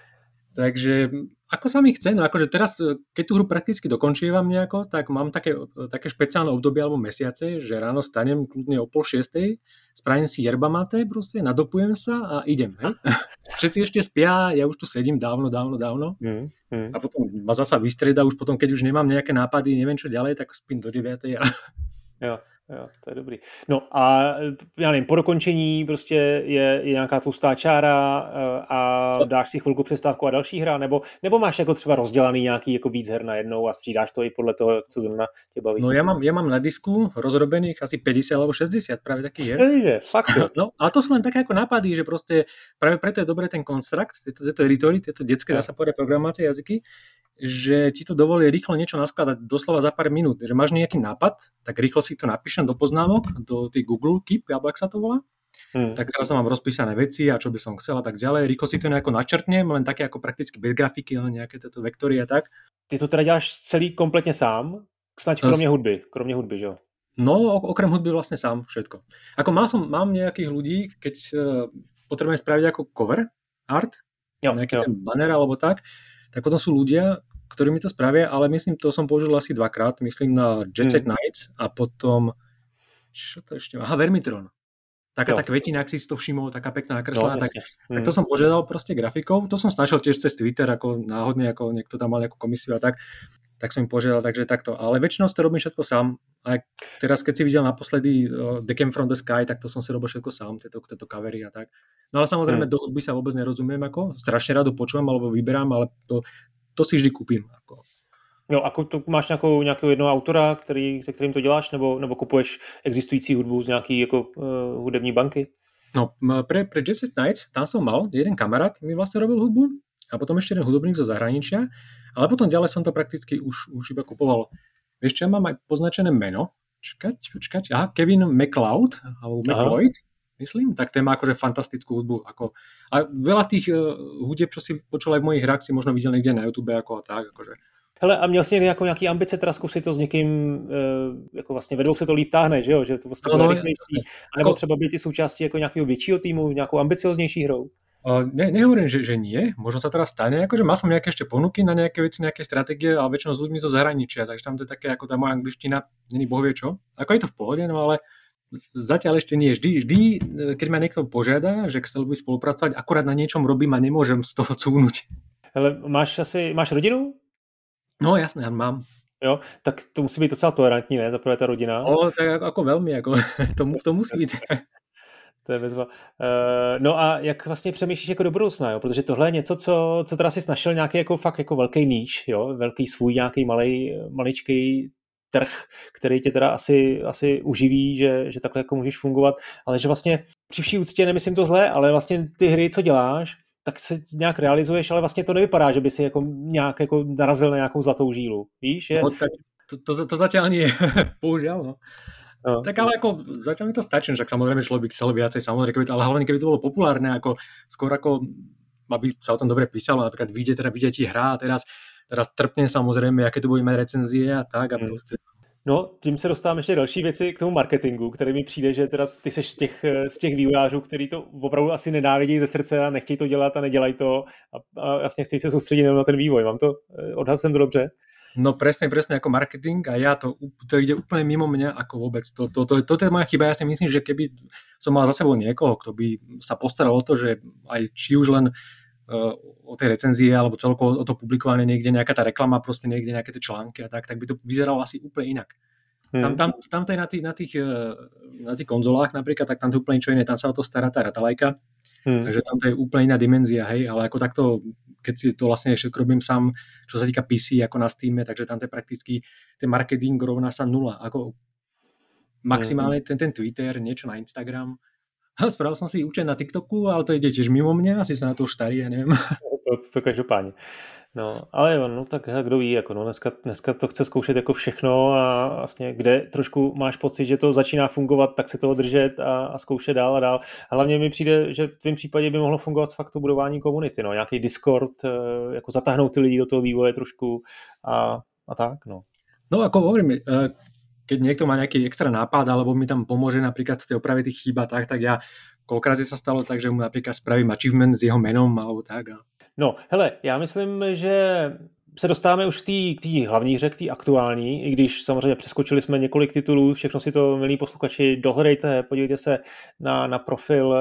Takže ako sa mi chce, no akože teraz, keď tú hru prakticky dokončívam nejako, tak mám také, také špeciálne obdobie alebo mesiace, že ráno stanem kľudne o pol šiestej, spravím si yerba mate, proste, nadopujem sa a idem. Hej? Všetci ešte spia, ja už tu sedím dávno, dávno, dávno mm, mm. a potom ma zasa vystrieda, už potom, keď už nemám nejaké nápady, neviem čo ďalej, tak spím do deviatej. A... Jo. Jo, to je dobrý. No a já nevím, po dokončení prostě je, je nějaká tlustá čára a dáš si chvilku přestávku a další hra, nebo, nebo máš jako třeba rozdělaný nějaký jako víc her najednou a střídáš to i podle toho, co zrovna tě baví? No ja mám, ja mám na disku rozrobených asi päťdesiat alebo šesťdesiat práve takých hier. Cože, fakt? No, ale to sú len také ako nápady, že proste práve preto je dobré ten construct, tieto, tieto editory, tieto detské, dá sa povedať, programovacie jazyky, že ti to dovolí rýchlo niečo naskladať doslova za pár minút. Že máš nejaký nápad, tak rýchlo si to napíšem do poznámok, do tej Google Keep, alebo jak sa to volá. Hmm. Tak teraz mám rozpísané veci a čo by som chcel a tak ďalej. Rýchlo si to nejako načrtnem, len také ako prakticky bez grafiky, len nejaké tieto vektory a tak. Ty to teda děláš celý kompletně sám? Snať kromě hudby, kromě hudby, že jo? No, okrem hudby vlastne sám všetko. Ako mal som, mám nejakých ľudí, keď uh, potrebujem spraviť ako cover art, jo, nejaký jo. ten banner alebo tak, tak potom sú ľudia, ktorí mi to spravia, ale myslím, to som použil asi dvakrát, myslím na Jet Set hmm. Nights a potom, čo to ešte má? Aha, Vermitron. Taká tá kvetina, ak si to všimol, taká pekná nakreslená, no, tak, hmm. tak to som požiadal proste grafikov, to som snažil tiež cez Twitter, ako náhodne, ako niekto tam mal nejakú komisiu a tak, tak som im požiadal, takže takto. Ale väčšinou to robím všetko sám. A teraz, keď si videl naposledy uh, The Came from the Sky, tak to som si robil všetko sám, tieto, tieto covery a tak. No ale samozrejme, hmm. do hudby sa vôbec nerozumiem, ako strašne rád počúvam alebo vyberám, ale to To si vždy kúpim. Ako. Jo, a tu máš nějakou, nějakého jednoho autora, který, se kterým to děláš, nebo, nebo kupuješ existující hudbu z nějaký jako, uh, hudební banky? No, pre, pre Jet Set Nights, tam som mal, jeden kamarát mi vlastne robil hudbu a potom ešte jeden hudobník zo zahraničia, ale potom ďalej som to prakticky už, už iba kupoval. Vieš čo, ja mám aj poznačené meno. Čakať, počkať. Aha, Kevin MacLeod, alebo MacLeod, myslím, tak ten má akože fantastickú hudbu. Ako, a veľa tých uh, hudeb, čo si počul aj v mojich hrách, si možno videl niekde na YouTube ako a tak. Akože. Hele, a měl jsi někdy jako nějaký ambice teda zkusit to s někým, uh, jako vlastně vedou se to líp táhne, že jo? Že to vlastně no, bude no, rychlejší. A nebo třeba být i součástí jako nějakého většího týmu, nějakou ambicioznější hrou? Uh, ne, nehovorím, že, že nie, možno sa teraz stane, akože mal som nejaké ešte ponuky na nejaké veci, nejaké stratégie, ale väčšinou s ľuďmi zo zahraničia, takže tam to je také, ako tá moja angličtina, není bohvie čo. Ako je to v pohode, no ale zatiaľ ešte nie. Vždy, vždy, keď ma niekto požiada, že chcel by spolupracovať, akurát na niečom robím a nemôžem z toho cúvnuť. Hele, máš asi, máš rodinu? No jasné, mám. Jo, tak to musí být docela tolerantní, ne? Za prvé ta rodina. No, tak ako, ako veľmi, ako, to, to musí byť. To je bezva. Uh, no a jak vlastně přemýšlíš jako do budoucna, jo? Protože tohle je něco, co, co teda si našel nějaký jako fakt jako velký níž, jo? Velký svůj nějaký malej, maličký trh, který tě teda asi, asi uživí, že, že takhle jako můžeš fungovat, ale že vlastně při vší úctě, nemyslím to zle, ale vlastně ty hry, co děláš, tak se nějak realizuješ, ale vlastně to nevypadá, že by si jako nějak jako narazil na nějakou zlatou žílu, víš? Je... No, tak to, to, to zatiaľ nie, bohužiaľ, no. No. Tak ale ako zatiaľ mi to stačí, však samozrejme človek by chcel viacej, samozrejme, keby to, ale hlavne keby to bolo populárne, ako skôr ako aby sa o tom dobre písalo, napríklad vyjde, teda vyjde ti hra a teraz, teraz trpne samozrejme, aké to bude mať recenzie a tak a proste. No, tím se dostávám ještě další věci k tomu marketingu, který mi přijde, že teda ty seš z těch, z těch vývojářů, který to opravdu asi nenávidí ze srdce a nechtějí to dělat a nedělají to a, a jasně chtějí se soustředit na ten vývoj. Mám to, odhadl jsem to dobře? No presne, presne ako marketing a ja to, to ide úplne mimo mňa ako vôbec. To, to, to, to je moja chyba. Ja si myslím, že keby som mal za sebou niekoho, kto by sa postaral o to, že aj či už len uh, o tej recenzie alebo celkovo o to publikovanie niekde nejaká tá reklama, proste niekde nejaké tie články a tak, tak by to vyzeralo asi úplne inak. Hmm. Tam, tam, tam to je na tých, na, tých, na tých konzolách napríklad, tak tam to je úplne čo iné. Tam sa o to stará tá ratalajka. Hmm. Takže tam to je úplne iná dimenzia, hej, ale ako takto, keď si to vlastne ešte robím sám, čo sa týka pé cé, ako na Steame, takže tam to je prakticky, ten marketing rovná sa nula, ako maximálne ten, ten Twitter, niečo na Instagram. Spravil som si účet na TikToku, ale to ide tiež mimo mňa, asi som na to už starý, ja neviem. To, to každopádně. No, ale jo, no tak kdo ví, jako no, dneska, dneska to chce zkoušet jako všechno a vlastně kde trošku máš pocit, že to začíná fungovat, tak se toho držet a, a zkoušet dál a dál. A hlavně mi přijde, že v tvém případě by mohlo fungovat fakt to budování komunity, no, nějaký Discord, jako zatáhnout ty lidi do toho vývoje trošku a, a tak, no. No ako hovorím, keď niekto má nejaký extra nápad alebo mi tam pomôže napríklad v tej oprave tých chýb a tak, tak ja koľkrát sa stalo tak, že mu napríklad spravím achievement s jeho menom alebo tak. A... No, hele, já myslím, že se dostáváme už k té hlavní hře, k té aktuální, i když samozřejmě přeskočili jsme několik titulů, všechno si to, milí posluchači, dohledejte, podívejte se na, na profil uh,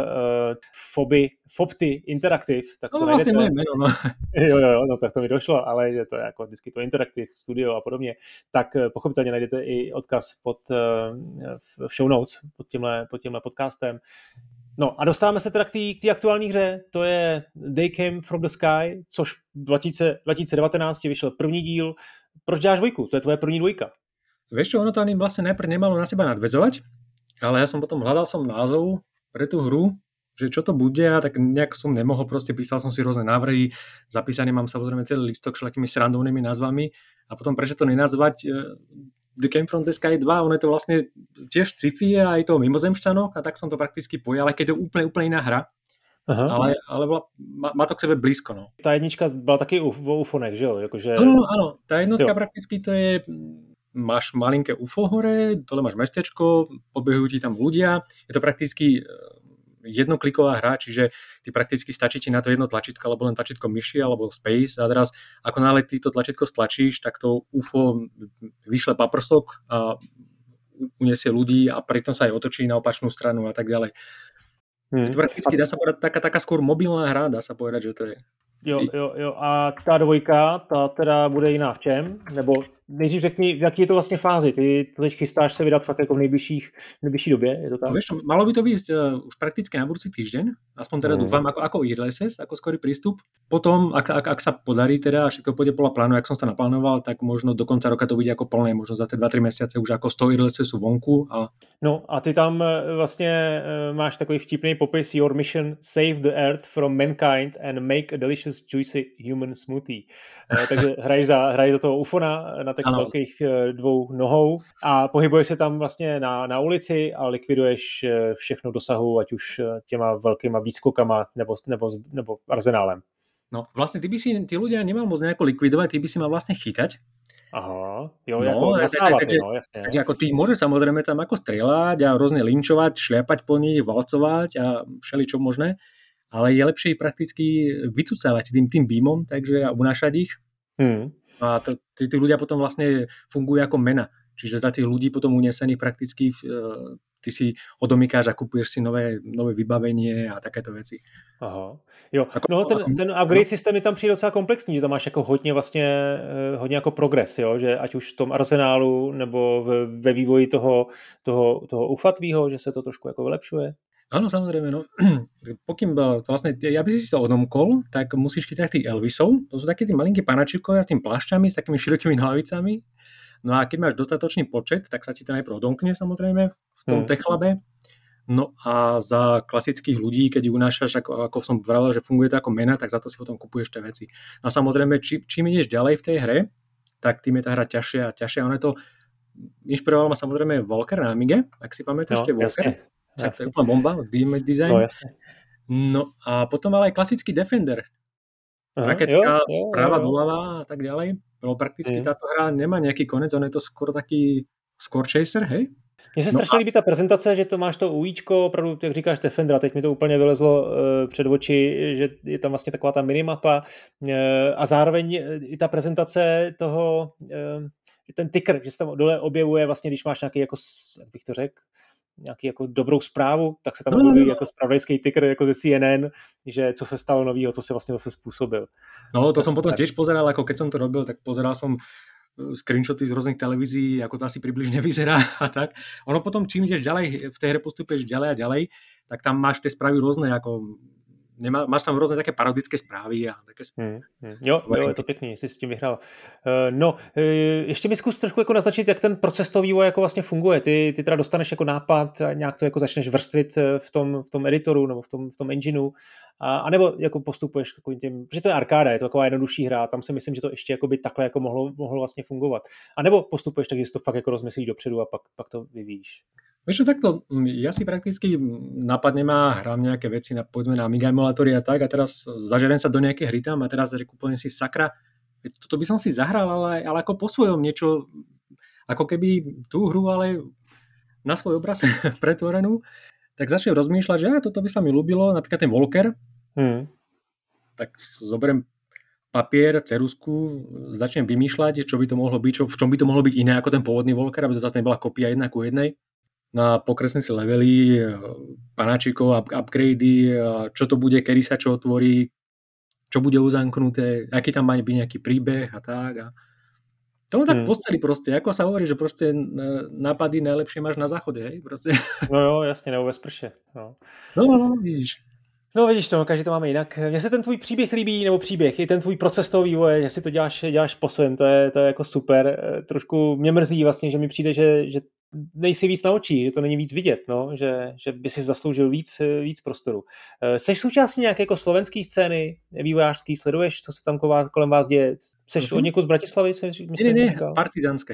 Foby, Fopty Interactive. Tak to no vlastně moje jméno, no. Jo, jo, jo, no tak to mi došlo, ale že to je jako vždycky to Interactive Studio a podobně, tak pochopitelně najdete i odkaz pod, uh, v show notes pod tímhle, pod tímhle podcastem. No a dostáváme se teda k té aktuální hře, to je They Came From The Sky, což dva tisíce devatenáct vyšel první díl. Proč děláš dvojku? To je tvoje první dvojka. Vieš čo, ono to ani vlastne najprv nemalo na seba nadväzovať, ale ja som potom hľadal som názov pre tú hru, že čo to bude a tak nejak som nemohol, proste písal som si rôzne návrhy, zapísaný mám samozrejme celý listok všelakými srandovnými názvami a potom prečo to nenazvať The Came From The Sky dva, ono je to vlastne tiež sci-fi a aj to o mimozemšťanoch a tak som to prakticky pojal, ale keď je to úplne, úplne iná hra. Aha. Ale, ale bola, má, má to k sebe blízko. No. Ta jednička byla taky o ufonech, že jo? Jakože... No, áno, tá jednotka jo. Prakticky to je, máš malinké U F O hore, dole máš mestečko, pobehujú ti tam ľudia, je to prakticky jednokliková hra, čiže ty prakticky stačí ti na to jedno tlačítko, alebo len tlačítko myši, alebo space a teraz ako náhle ty to tlačítko stlačíš, tak to U F O vyšle paprsok a uniesie ľudí a pritom sa aj otočí na opačnú stranu a tak ďalej. Hmm. To prakticky dá sa povedať taká, taká skôr mobilná hra, dá sa povedať, že to je. Jo, jo, jo. A ta dvojka, ta teda bude jiná v čem? Nebo nejdřív řekni, v jaký je to vlastně fázi? Ty teď chystáš se vydat fakt jako v nejbližších, v nejbližší době, je to tak? No, vieš, malo by to výjsť uh, už prakticky na budúci týždeň, aspoň teda mm. dúfam, ako, ako Early Access, ako skorý prístup. Potom, ak, ak, ak sa podarí teda, a všetko pôjde podľa plánu, ak som sa naplánoval, tak možno do konca roka to bude ako plné, možno za tie dva tri mesiace už ako sto Early Accessu vonku. A... No a ty tam vlastně máš takový vtipný popis Your mission, save the earth from mankind and make a delicious juicy human smoothie. Takže hraješ za, hraješ za toho ufona na těch ano. velkých dvou nohou a pohybuješ se tam vlastně na, na ulici a likviduješ všechno dosahu, ať už těma velkýma výskokama nebo, nebo, nebo arzenálem. No vlastne ty by si, tí ľudia nemal moc nejako likvidovať, ty by si mal vlastne chytať. Aha, jo, no, jako nasávať, takže, no, jasne. Takže ako ty môžeš samozrejme tam ako strieľať a rôzne linčovať, šliapať po nich, valcovať a všeličo možné, ale je lepšie ich prakticky vycucávať tým, tým beamom, takže a unášať ich. Hmm. A to, tí, tí ľudia potom vlastne fungujú ako mena. Čiže za tých ľudí potom unesených prakticky uh, ty si odomykáš a kupuješ si nové, nové vybavenie a takéto věci. Aha. Jo, ako, no ten, ten upgrade no. systém je tam přijde docela komplexní, že tam máš jako hodně vlastně, hodně jako progres, jo, že ať už v tom arzenálu nebo v, ve vývoji toho, toho, toho ufatvýho, že se to trošku jako vylepšuje. Áno, samozrejme, no. Pokým vlastne, ja by si si to odomkol, tak musíš chytať tých Elvisov, to sú takí tí malinkí panačikovia s tým plášťami, s takými širokými nohavicami. No a keď máš dostatočný počet, tak sa ti to najprv odomkne, samozrejme, v tom hmm. techlabe. No a za klasických ľudí, keď unášaš, ako, ako som vravel, že funguje to ako mena, tak za to si potom kupuješ tie veci. No a samozrejme, či, čím ideš ďalej v tej hre, tak tým je tá hra ťažšia a ťažšia. Ono je to, inšpiroval ma samozrejme Walker na Amige, ak si pamätáš, no, Walker. Jasne. Tak to je úplná bomba, design. No, no a potom ale aj klasický Defender. Aha, raketka jo, jo, správa jo, jo. doľava a tak ďalej. No prakticky mm. táto hra nemá nejaký konec, on je to skoro taký score chaser, hej? Mně se no strašně a... líbí ta prezentace, že to máš to ujíčko, opravdu, jak říkáš, Defender, a teď mi to úplně vylezlo uh, před oči, že je tam vlastně taková ta minimapa uh, a zároveň i ta prezentace toho, uh, ten ticker, že se tam dole objevuje vlastně, když máš nějaký, jako, jak bych to řekl, nějaký jako dobrou zprávu, tak se tam no, objeví no, no. jako zpravodajský ticker jako ze C N N, že co se stalo novýho, co se vlastně zase způsobil. No to som potom tiež pozeral, ako keď som to robil, tak pozeral som screenshoty z rôznych televízií, ako to asi približne vyzerá a tak. Ono potom, čím ideš ďalej, v tej hre postupuješ ďalej a ďalej, tak tam máš tie správy rôzne, ako Nemá, máš tam rôzne také parodické správy a také hmm, hmm. Jo, jo, je to pěkný, jsi s tím vyhrál. Uh, no, uh, ještě mi zkus trošku jako naznačit, jak ten proces toho vývoje jako vlastně funguje. Ty, ty teda dostaneš jako nápad a nějak to jako začneš vrstvit v tom, v tom editoru nebo v tom, v tom engineu, a, a nebo jako postupuješ takovým tím, že to je arkáda, je to taková jednodušší hra, tam si myslím, že to ještě jako by takhle jako mohlo, mohlo vlastně fungovat. A nebo postupuješ tak, že si to fakt jako rozmyslíš dopředu a pak, pak to vyvíjíš. Vieš čo, takto, ja si prakticky napadnem a hrám nejaké veci na, povedzme, na Amiga emulátory a tak a teraz zažerem sa do nejaké hry tam a teraz rekupujem si sakra, toto by som si zahral, ale, ale ako po svojom niečo, ako keby tú hru, ale na svoj obraz pretvorenú, tak začnem rozmýšľať, že ja, toto by sa mi ľúbilo, napríklad ten Walker, hmm. tak zoberiem papier, ceruzku, začnem vymýšľať, čo by to mohlo byť, čo, v čom by to mohlo byť iné ako ten pôvodný Walker, aby to zase nebola kopia jedna ku jednej. Na pokresné si levely, panáčikov, up, upgradey, čo to bude, kedy sa čo otvorí, čo bude uzamknuté, aký tam má byť nejaký príbeh a tak. A to tak hmm. posteli proste, ako sa hovorí, že proste nápady najlepšie máš na záchode, hej? Proste. No jo, jasně, nebo ve sprše. No, no, no, no vidíš. No vidíš to, každý to máme jinak. Mně se ten tvůj příběh líbí, nebo příběh, i ten tvůj proces toho vývoje, že si to děláš, děláš po svém, to je, to je jako super. Trošku mě mrzí vlastně, že mi přijde, že, že nejsi víc na očích, že to není víc vidět, no, že, že by si zasloužil víc, víc prostoru. Seš součástí nějaké jako slovenské scény, vývojářský, sleduješ, co se tam kolem vás děje? Seš od někud z Bratislavy? Se, myslím, ne, ne, ne, partizánské.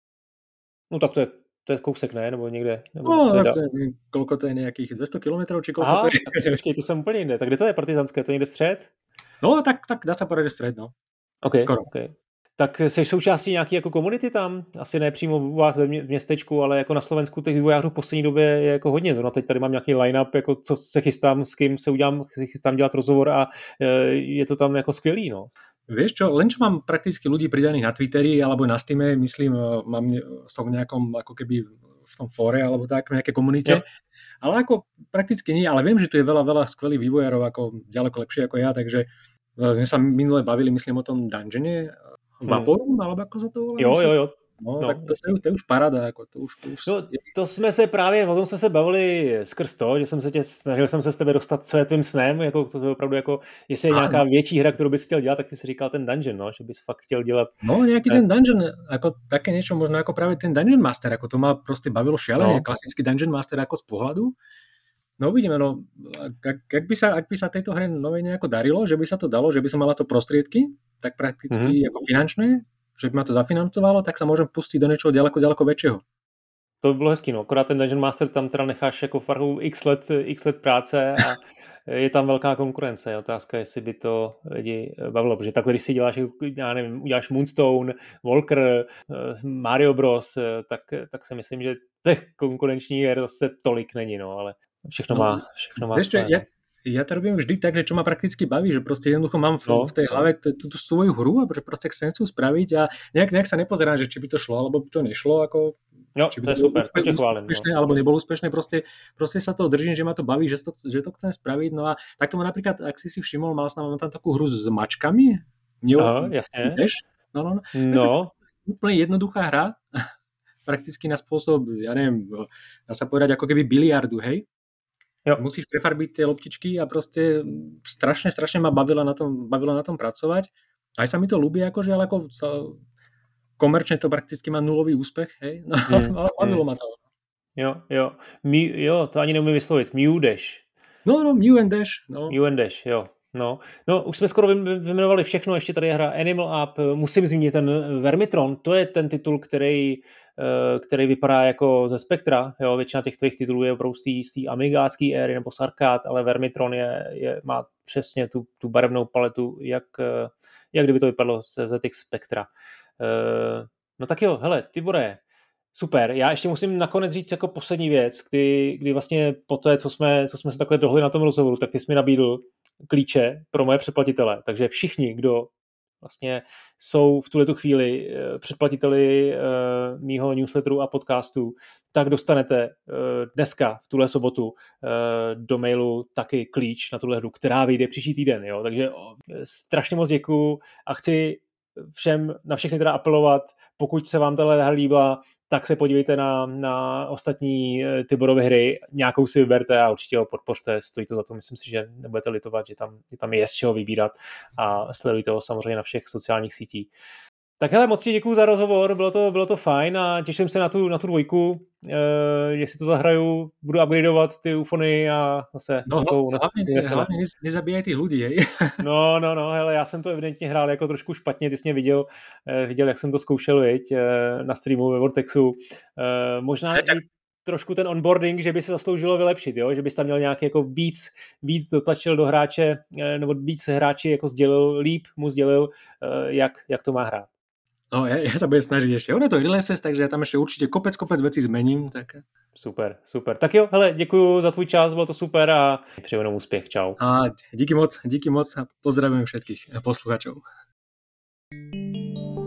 No tak to je to je kousek, ne? Nebo někde? Nebo no, to je tak to je, koľko to je, nejakých dvesto kilometrov, či koľko Aha, to je? Tak počkej, to jsem úplně jinde. Tak kde to je partizánské? To je někde střed? No, tak, tak dá se povedať, že střed, no. Okay, Skoro. Okay. Tak jsi součástí nějaký jako komunity tam? Asi ne přímo u vás ve městečku, ale jako na Slovensku těch vývojářů v poslední době je jako hodně. Zrovna teď tady mám nějaký line-up, jako co se chystám, s kým se udělám, chystám dělat rozhovor a je to tam jako skvělý, no. Vieš čo, len čo mám prakticky ľudí pridaných na Twitteri alebo na Steame, myslím, mám, som v nejakom ako keby v tom fóre alebo tak, v nejakej komunite, ja. Ale ako prakticky nie, ale viem, že tu je veľa, veľa skvelých vývojárov, ako ďaleko lepšie ako ja, takže sme sa minule bavili, myslím, o tom dungeone, Vaporum, hmm. alebo ako sa to volá? Jo, jo, jo. No, no, tak to, to, to je už paráda. Jako to, už, to, už... No, to jsme se právě, o tom jsme se bavili skrz to, že jsem se tě, snažil jsem se s tebe dostat, co je tvým snem, jako to je opravdu jako, jestli je nějaká větší hra, kterou bys chtěl dělat, tak ty si říkal ten dungeon, no, že bys fakt chtěl dělat. No, nějaký ten dungeon, jako také něco možná jako právě ten dungeon master, jako to má prostě bavilo šialeně, no. Klasický dungeon master jako z pohľadu. No uvidíme, no, ak, ak, by sa, ak by sa tejto hre novej nejako darilo, že by sa to dalo, že by som mala to prostriedky, tak prakticky mm-hmm. ako finančné, že by ma to zafinancovalo, tak sa môžem pustiť do niečoho ďaleko, ďaleko väčšieho. To by bylo hezký, no. Akorát ten Dungeon Master tam teda necháš jako farou x let, x let práce a je tam velká konkurence. Je otázka, jestli by to lidi bavilo, protože takhle, když si děláš, já nevím, uděláš Moonstone, Walker, Mario Bros, tak, tak si myslím, že těch konkurenčních her zase tolik není, no, ale všechno no, má, všechno má své. Ja, ja to robím vždy tak, že čo ma prakticky baví, že proste jednoducho mám v, No. v tej hlave túto svoju hru a že proste chcem chcú spraviť a nejak, nejak sa nepozerám, že či by to šlo, alebo by to nešlo, ako Jo, či to by je to bolo super, to tě chválím. úspešné, No. alebo nebolo úspešné, proste, proste sa toho držím, že ma to baví, že to, že to chcem spraviť. No a tak to má napríklad, ak si si všimol, mal som tam takú hru s mačkami. Mne, Aha, jasne. No, no, no. No. Úplne jednoduchá hra, prakticky na spôsob, ja neviem, dá sa povedať ako keby biliardu, hej? Jo. Musíš prefarbiť tie loptičky a proste strašne, strašne ma bavilo na tom, bavilo na tom pracovať. Aj sa mi to ľúbi, akože, ale ako sa, komerčne to prakticky má nulový úspech, hej? No, hmm, ale bavilo hmm. ma to. Jo, jo. Mi, jo, to ani neumím vyslovit. Mew Dash. No, no, Mew and Dash. No. Mew and Dash, jo. No, no, už jsme skoro vyjmenovali všechno, ještě tady je hra Animal Up, musím zmínit ten Vermitron, to je ten titul, který, který vypadá jako ze Spectra, jo, většina těch tvých titulů je opravdu z té amigácké éry nebo z arkád, ale Vermitron je, je, má přesně tu, tu barevnou paletu, jak, jak kdyby to vypadlo ze Z X Spectra. No tak jo, hele, Tibore, super, já ještě musím nakonec říct jako poslední věc, kdy, kdy vlastně po té, co jsme, co jsme se takhle dohodli na tom rozhovoru, tak ty jsi mi nabídl klíče pro moje předplatitele, takže všichni, kdo vlastně jsou v tuhletu chvíli předplatiteli uh, mýho newsletteru a podcastu, tak dostanete uh, dneska, v tuhle sobotu, uh, do mailu taky klíč na tuhle hru, která vyjde příští týden, jo, takže uh, strašně moc děkuju a chci všem, na všechny teda apelovat, pokud se vám tahle hra líbila, tak se podívejte na, na ostatní Tiborovy hry, nějakou si vyberte a určitě ho podpořte, stojí to za to, myslím si, že nebudete litovat, že tam, že tam je z čeho vybírat a sledujte ho samozřejmě na všech sociálních sítích. Tak hele, moc ti děkuju za rozhovor, bylo to, bylo to fajn a těším se na tu, na tu dvojku, e, že si to zahraju, budu upgradeovat ty ufony a zase... No, no hlavně, hlavně nezabíjaj ty lidi, hej. No, no, no, hele, já jsem to evidentně hrál jako trošku špatně, ty jsi mě viděl, eh, viděl, jak jsem to zkoušel, viď, eh, na streamu ve Vortexu. Eh, možná i trošku ten onboarding, že by se zasloužilo vylepšit, jo? Že bys tam měl nějaký jako víc, víc dotlačil do hráče, eh, nebo víc hráči jako sdělil, líp mu sdělil, eh, jak, jak to má hrát. No, ja, ja sa budem snažiť ešte. Ono to je Releases, takže ja tam ešte určite kopec, kopec vecí zmením. Tak... Super, super. Tak jo, hele, děkuju za tvůj čas, bylo to super a přeju jenom úspěch. Čau. A díky moc, díky moc a pozdravujem všetkých posluchačov.